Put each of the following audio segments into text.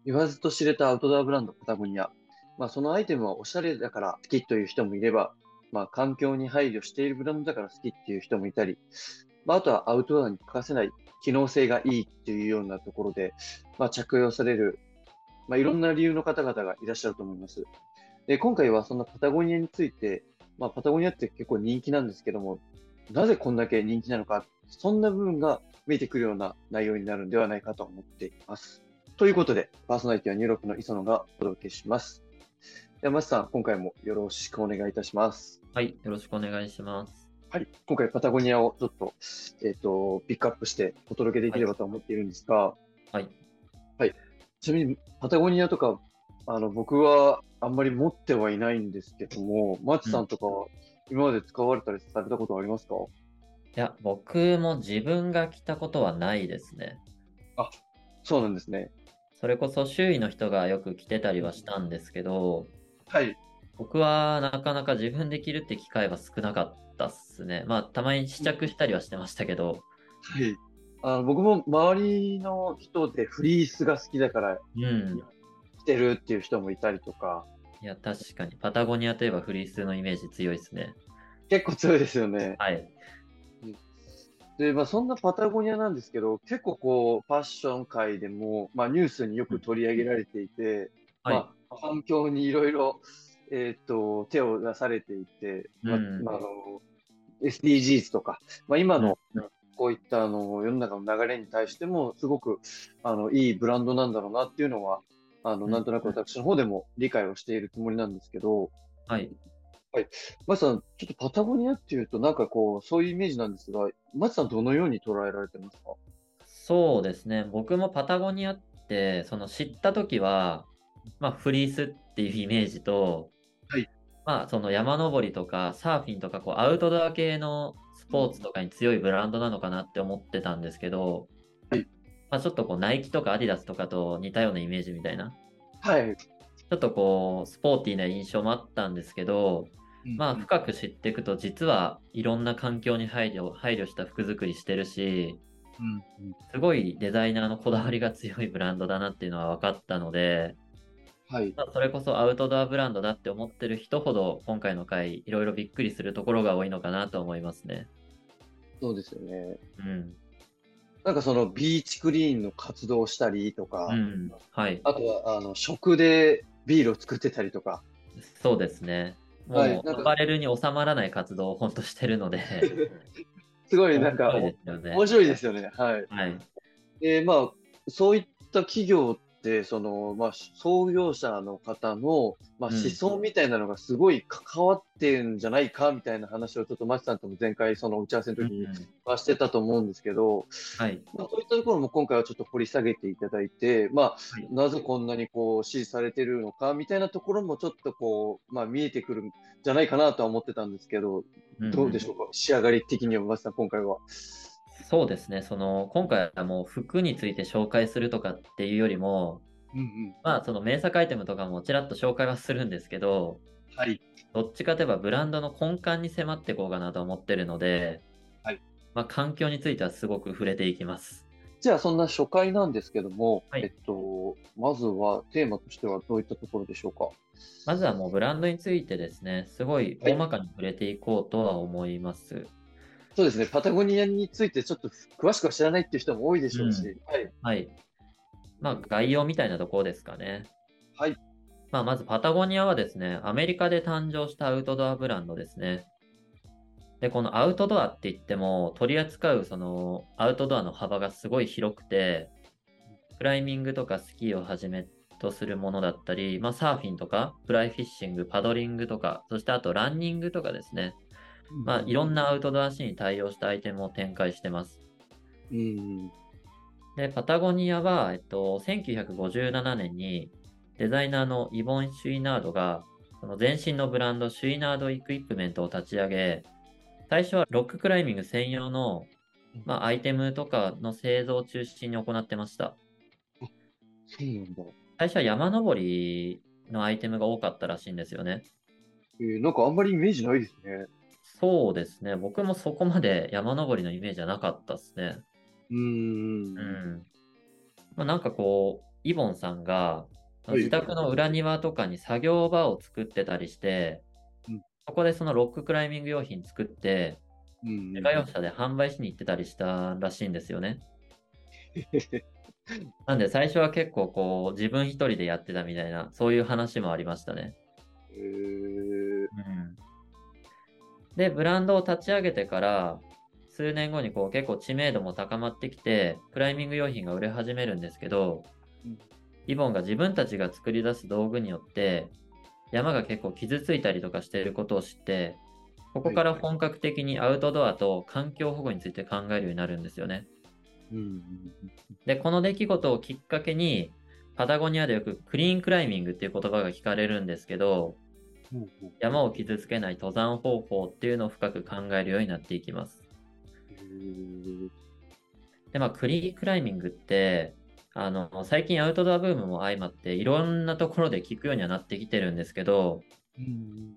言わずと知れたアウトドアブランドパタゴニア。そのアイテムはおしゃれだから好きという人もいれば、環境に配慮しているブランドだから好きっていう人もいたり、あとはアウトドアに欠かせない機能性がいいっていうようなところで、着用される、いろんな理由の方々がいらっしゃると思います。で、今回はそんなパタゴニアについて、パタゴニアって結構人気なんですけども、なぜこんだけ人気なのか、そんな部分が見えてくるような内容になるんではないかと思っています。ということで、パーソナリティはニューロックの磯野がお届けします。山下さん、今回もよろしくお願いいたします。 はい、よろしくお願いします。 はい。今回パタゴニアをちょっと、ピックアップしてお届けではい、 きればと思っているんですが、 はい。 はい。ちなみに、パタゴニアとか、僕はあんまり持ってはいないんですけども、マチうん。いさんとかは今まで使われたりされたことはありますか？ や、僕も自分が着たことはないですね。 あ、そうなんですね。 それこそ周囲の人がよく着てたりはしたんですけど、 はい。 僕はなかなか自分で着るって機会は少なかったっすね。まあ、たまに試着したりはしてましたけど、 はい。僕も周りの人でフリースが好きだからうん。 着てるっていう人もいたりとか、 いや、確かに、パタゴニアといえばフリースのイメージ強いですね。 結構強いですよね。 はい。 で、そんなパタゴニアなんですけど、結構こう、ファッション界でも、ニュースによくうん。 取り上げられていて、 はい。 環境にいろいろ、手を出されていて、 うん。 SDGs とか、今うん。 のこういった世の中の流れに対しても、すごくいいブランドなんだろうなっていうのは、 うん。 なんとなく私の方でも理解をしているつもりなんですけど、 はい。 はい。マツさん、ちょっとパタゴニアっていうと、なんかこう、そういうイメージなんですが、マツさんどのように捉えられてますか？ そうですね。僕もパタゴニアって、その知った時は、まあフリースっていうイメージと、 はい。 まあその山登りとかサーフィンとかこうアウトドア系のスポーツとかに強いブランドなのかなって思ってたんですけど、 はい。 まあちょっとこうナイキとかアディダスとかと似たようなイメージみたいな、 はい。 ちょっとこうスポーティーな印象もあったんですけど、まあうんうん。 深く知っていくと実はいろんな環境に配慮した服作りしてるし、 うんうん。 すごいデザイナーのこだわりが強いブランドだなっていうのは分かったので、 はい。 まあ、それこそアウトドアブランドだって思ってる人ほど今回の回いろいろびっくりするところが多いのかなと思いますね。 そうですよね。 うん。 なんかそのビーチクリーンの活動をしたりとか、 うん。はい。 あとは食でビールを作ってたりとか、 そうですね。 はい。 もうアパレルに収まらない活動を本当してるので、 すごいなんか面白いですよね。 面白いですよね。はい。 はい。 で、そういった企業って、創業者の方の、思うん。 想みたいなのがすごい関わってるんじゃないかみたいな話をちょっとマチさんとも前回その打ち合わせのうん。 時にしてたと思うんですけど、 はい。 そういったところも今回はちょっと掘り下げていただいて、 はい。 なぜこんなにこう支持されてるのかみたいなところもちょっとこう、見えてくるんじゃないかなとは思ってたんですけど、 うん。うん。 どうでしょうか、仕上がり的にはマチさん今回は。 そうですね。今回はもう服について紹介するとかっていうよりも、 うんうん。 まあ、その名作アイテムとかもちらっと紹介はするんですけど、 はい。 どっちかといえばブランドの根幹に迫っていこうかなと思ってるので、 はい。 まあ、環境についてはすごく触れていきます。 じゃあ、そんな初回なんですけども、 はい。 まずはテーマとしてはどういったところでしょうか？ まずはもうブランドについてですね、すごいはい。 大まかに触れていこうとは思います。 そうですね。パタゴニアについてちょっと詳しくは知らないっていう人も多いでしょううん。 し。はい。 はい。まあ、概要みたいなところですかね。 はい。 まあ、まずパタゴニアはですね、アメリカで誕生したアウトドアブランドですね。で、このアウトドアって言っても、取り扱うそのアウトドアの幅がすごい広くて、クライミングとかスキーをはじめとするものだったり、まあサーフィンとか、フライフィッシング、パドリングとか、そしてあとランニングとかですね。まあいろんなアウトドアシーンに対応したアイテムを展開してます。 うん。うん。 で、パタゴニアは、1957年にデザイナーのイボン・シュイナードが、その前身のブランドシュイナード・イクイプメントを立ち上げ、最初はロッククライミング専用の、まあ、アイテムとかの製造を中心に行ってました。 あ、そうなんだ。 最初は山登りのアイテムが多かったらしいんですよね。 なんかあんまりイメージないですね。 そうですね。僕もそこまで山登りのイメージはなかったですね。 うーん。 うん。まあ、なんかこう、 イボンさんが、自はい。 宅の裏庭とかに作業場を作ってたりして、 うん。 そこでそのロッククライミング用品作って、 うん。 自家用車で販売しに行ってたりしたらしいんですよね。なんで最初は結構こう自分一人でやってたみたいな、そういう話もありましたね。 えー、 うん。で、ブランドを立ち上げてから、数年後にこう結構知名度も高まってきて、クライミング用品が売れ始めるんですけど、 うん。 イボンが自分たちが作り出す道具によって、山が結構傷ついたりとかしていることを知って、ここはい。 から本格的にアウトドアと環境保護について考えるようになるんですよね。 うん。 で、この出来事をきっかけに、パタゴニアでよくクリーンクライミングっていう言葉が聞かれるんですけど、 うん。うん。 山を傷つけない登山方法っていうのを深く考えるようになっていきます。 えー、 で、クリーンクライミングって、最近アウトドアブームも相まって、いろんなところで聞くようにはなってきてるんですけど、 うん。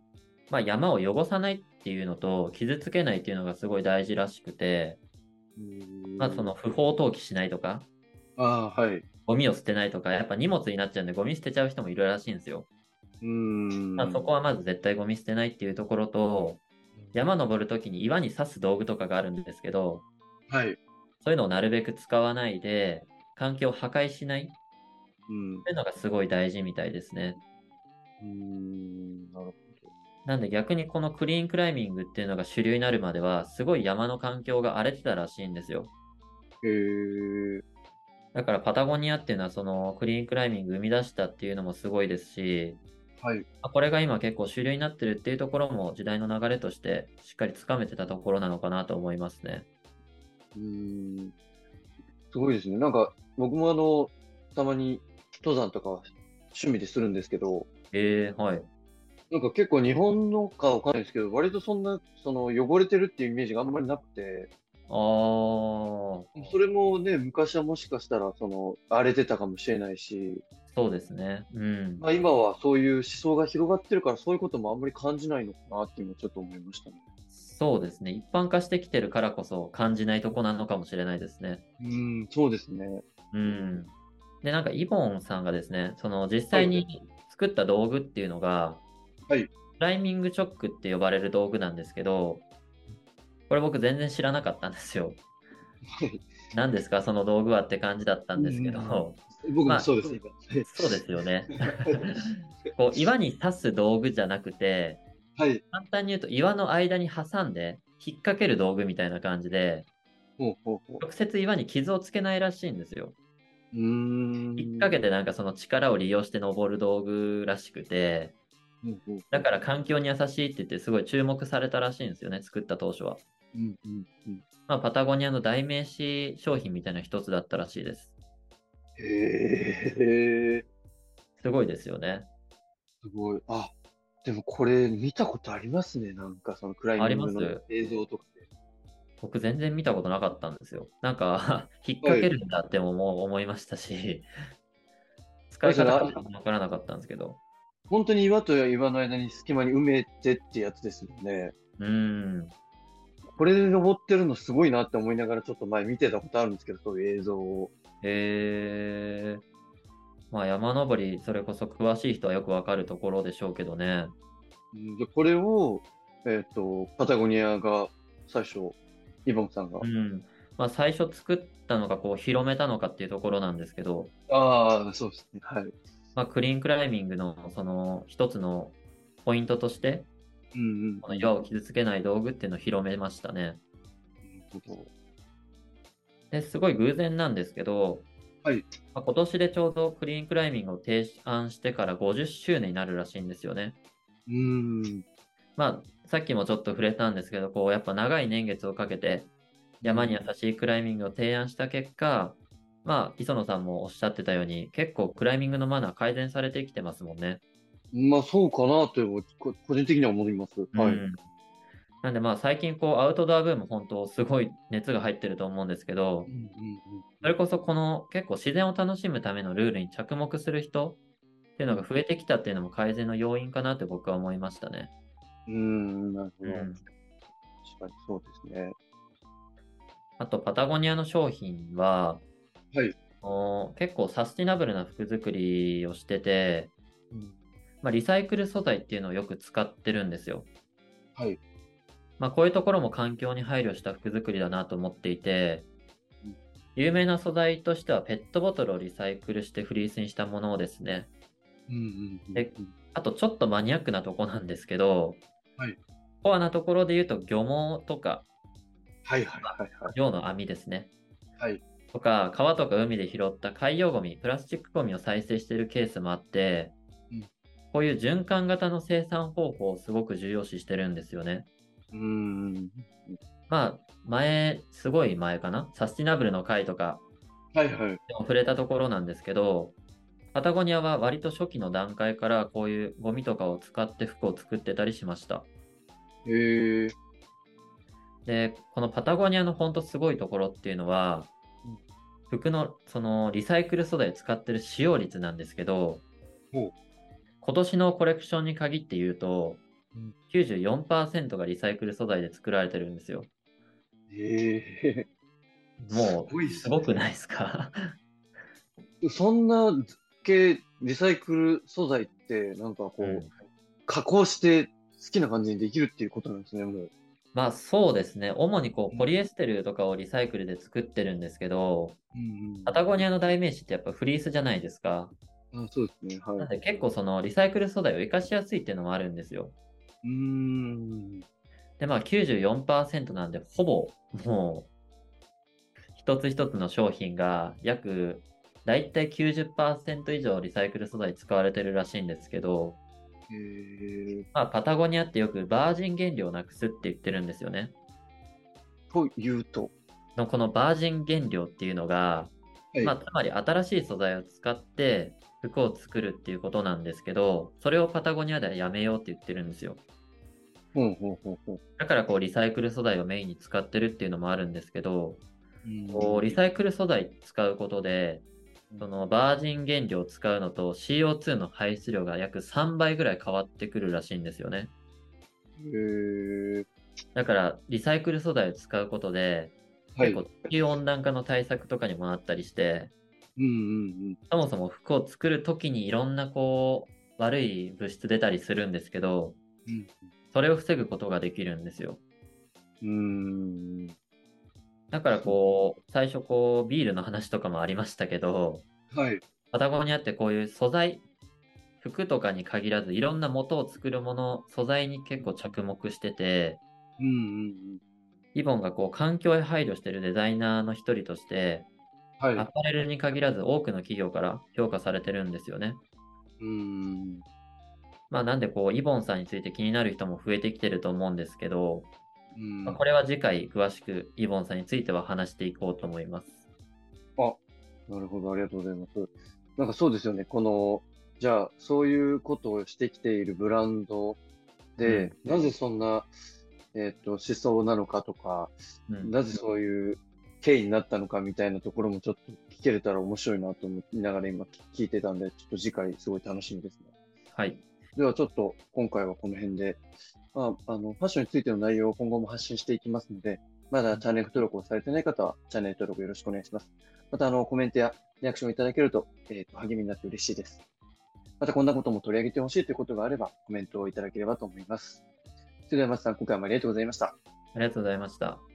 山を汚さないっていうのと、傷つけないっていうのがすごい大事らしくて、 うそん。 の不法投棄しないとか、 ああ、はい。 ゴミを捨てないとか、やっぱ荷物になっちゃうんで、ゴミ捨てちゃう人もいるらしいんですよ。 うん。 そこはまず絶対ゴミ捨てないっていうところと、山登るときに岩に刺す道具とかがあるんですけど、 はい。 そういうのをなるべく使わないで、環境を破壊しないっうん。 ていうのがすごい大事みたいですね。 うん。なるほなんで逆にこのクリーンクライミングっていうのが主流になるまでは、すごい山の環境が荒れてたらしいんですよ。 ど。 だからパタゴニアっていうのはそのクリーンクライミング生み出したっていうのもすごいですし、 はい。 これが今結構主流になってるっていうところも時代の流れとしてしっかりつかめてたところなのかなと思いますね。 うん。すごいですね。なんか、僕もたまに登山とかは趣味でするんですけど、 はい。 なんか結構日本のかわかんないですけど、割とそんな、汚れてるっていうイメージがあんまりなくて、 ああ、 それもね、昔はもしかしたら、荒れてたかもしれないし、 そうですね。うん。 まあ今はそういう思想が広がってるから、そういうこともあんまり感じないのかなっていうのをちょっと思いましたね。 そうですね。一般化してきてるからこそ感じないとこなのかもしれないですね。 うん、そうですね。 うん。で、なんかイボンさんがですね、その実はい、 際に作った道具っていうのが、 はい、 クライミングチョックって呼ばれる道具なんですけど、これ僕全然知らなかったんですよ。 はい。 何ですかその道具はって感じだったうん、 んですけうん、 ど、 僕まあ、 もそうです、今。 そうですよね。こう岩に刺す道具じゃなくて、 はい。 簡単に言うと岩の間に挟んで引っ掛ける道具みたいな感じで、 ほうほうほ直接岩に傷をつけないらしいんですよ。 う。うー引っ掛ん。 けてなんかその力を利用して登る道具らしくて、 ほうほうほう。 だから環境に優しいって言ってすごい注目されたらしいんですよね、作った当初は。 うん、うん、うん。 パタゴニアの代名詞商品みたいな一つだったらしいです。 へえ、 すごいですよね。 すごい。あ、でもこれ見たことありますね。なんかそのクライあミングのります。 映像とかで。 僕全然見たことなかったんですよ。なんか引っ掛はい。 けるんだってももう思いましたし、使いあれですよね。 方がわからなかったんですけど。 本当に岩と岩の間に隙間に埋めてってやつですよね。 うーん。 これで登ってるのすごいなって思いながらちょっと前見てたことあるんですけど、そういう映像を。 山登り、それこそ詳しい人はよくわかるところでしょうけどね。 うんで、これを、パタゴニアが最初、イボンさんが。 うん。最初作ったのか、こう、広めたのかっていうところなんですけど、 ああ、そうですね。はい。 クリーンクライミングの、その、一つのポイントとして、 うんうんうん。 この岩を傷つけない道具っていうのを広めましたね。 なるほど。 で、すごい偶然なんですけど、 はい。 今年でちょうどクリーンクライミングを提案してから50周年になるらしいんですよね。 うーん。 さっきもちょっと触れたんですけど、こう、やっぱ長い年月をかけて山に優しいクライミングを提案した結果、磯野さんもおっしゃってたように、結構クライミングのマナー改善されてきてますもんね。 まあ、そうかなと、個人的には思います。はい。 うん。なんで最近こうアウトドアブーム本当すごい熱が入ってると思うんですけど、 うんうんうんそれこそこの結構自然を楽しむためのルールに着目する人っていううん。 のが増えてきたっていうのも改善の要因かなって僕は思いましたね。 うーん、なるほど。 うん。 確かにそうですね。 あとパタゴニアの商品は、 はい。 結構サスティナブルな服作りをしてて、 うん。 リサイクル素材っていうのをよく使ってるんですよ。 はい。 こういうところも環境に配慮した服作りだなと思っていて、 うん。 有名な素材としてはペットボトルをリサイクルしてフリースにしたものをですね。 うんうんうんで、 うん。 あとちょっとマニアックなとこなんですけど、 はい。 コアなところで言うと漁網とか、 はいはいはいはい。 漁の網ですね。 はい。 とか、川とか海で拾った海洋ゴミ、プラスチックゴミを再生しているケースもあって、 うん。 こういう循環型の生産方法をすごく重要視してるんですよね。 うーん。 すごい前かな、サスティナブルの回とかはいはい。 でも触れたところなんですけど、パタゴニアは割と初期の段階からこういうゴミとかを使って服を作ってたりしました。 へえ。 で、このパタゴニアのほんとすごいところっていうのは、 うん。 服のそのリサイクル素材を使ってる使用率なんですけど、 ほう。 今年のコレクションに限って言うと、 うん。 94%がリサイクル素材で作られてるんですよ。 へえ。すもう、 ごいっすすごくないですか？ ね。そんなリサイクル素材って、なんかうん。 こう、加工して好きな感じにできるっていうことなんですね、もう。 そうですね。主にこう、ポリうん。 エステルとかをリサイクルで作ってるんですけど、パうんタゴニアの代名詞ってやっぱフリースじゃないですか。 うんうん。あ、そうですね。はい。 なんで結構そのリサイクル素材を活かしやすいっていうのもあるんですよ。 うーん。 で、94%なんで、ほぼもう一つ一つの商品がだいたい90%以上リサイクル素材使われてるらしいんですけど、 へえ。 パタゴニアってよくバージン原料をなくすって言ってるんですよね。 というと。 このバージン原料っていうのが、 はい。 つまり新しい素材を使って服を作るっていうことなんですけど、それをパタゴニアではやめようって言ってるんですよ。 ほうほうほうほう。 だからこうリサイクル素材をメインに使ってるっていうのもあるんですけど、 うこうリん。 サイクル素材使うことで、そのバージン原料を使うのと CO2 の排出量が約3倍ぐらい変わってくるらしいんですよね。 へえ。 だからリサイクル素材を使うことで、 はい。 結構地球温暖化の対策とかにもなったりして、 うんうんそもそも服を作るときにいろんなこう悪い物質出たりするんですけど、 うん。 それを防ぐことができるんですよ。 うん。うーん。 だからこう、最初こうビールの話とかもありましたけど、 はい。 パタゴニアってこういう素材、服とかに限らずいろんな元を作るもの、素材に結構着目してて、 うんうんイボンがこう環境へ配慮しているデザイナーの一人として、 うん。はい。 アパレルに限らず多くの企業から評価されてるんですよね。 うーん。 なんでこう、イボンさんについて気になる人も増えてきてると思うんですけど、 うん。 これは次回詳しくイボンさんについては話していこうと思います。 あ、なるほど。ありがとうございます。なんかそうですよね。じゃあ、そういうことをしてきているブランドで、 うん。 なぜそんな、思想なのかとか、 うん。 なぜそういう経緯になったのかみたいなところもちょっと聞けれたら面白いなと思いながら今聞いてたんで、ちょっと次回すごい楽しみですね。 はい。 ではちょっと今回はこの辺で、ファッションについての内容を今後も発信していきますので、まだチャンネル登録をされてない方はチャンネル登録よろしくお願いします。またコメントやリアクションいただけると、励みになって嬉しいです。またこんなことも取り上げてほしいということがあればコメントをいただければと思います。それでは松さん、今回もありがとうございました。 ありがとうございました。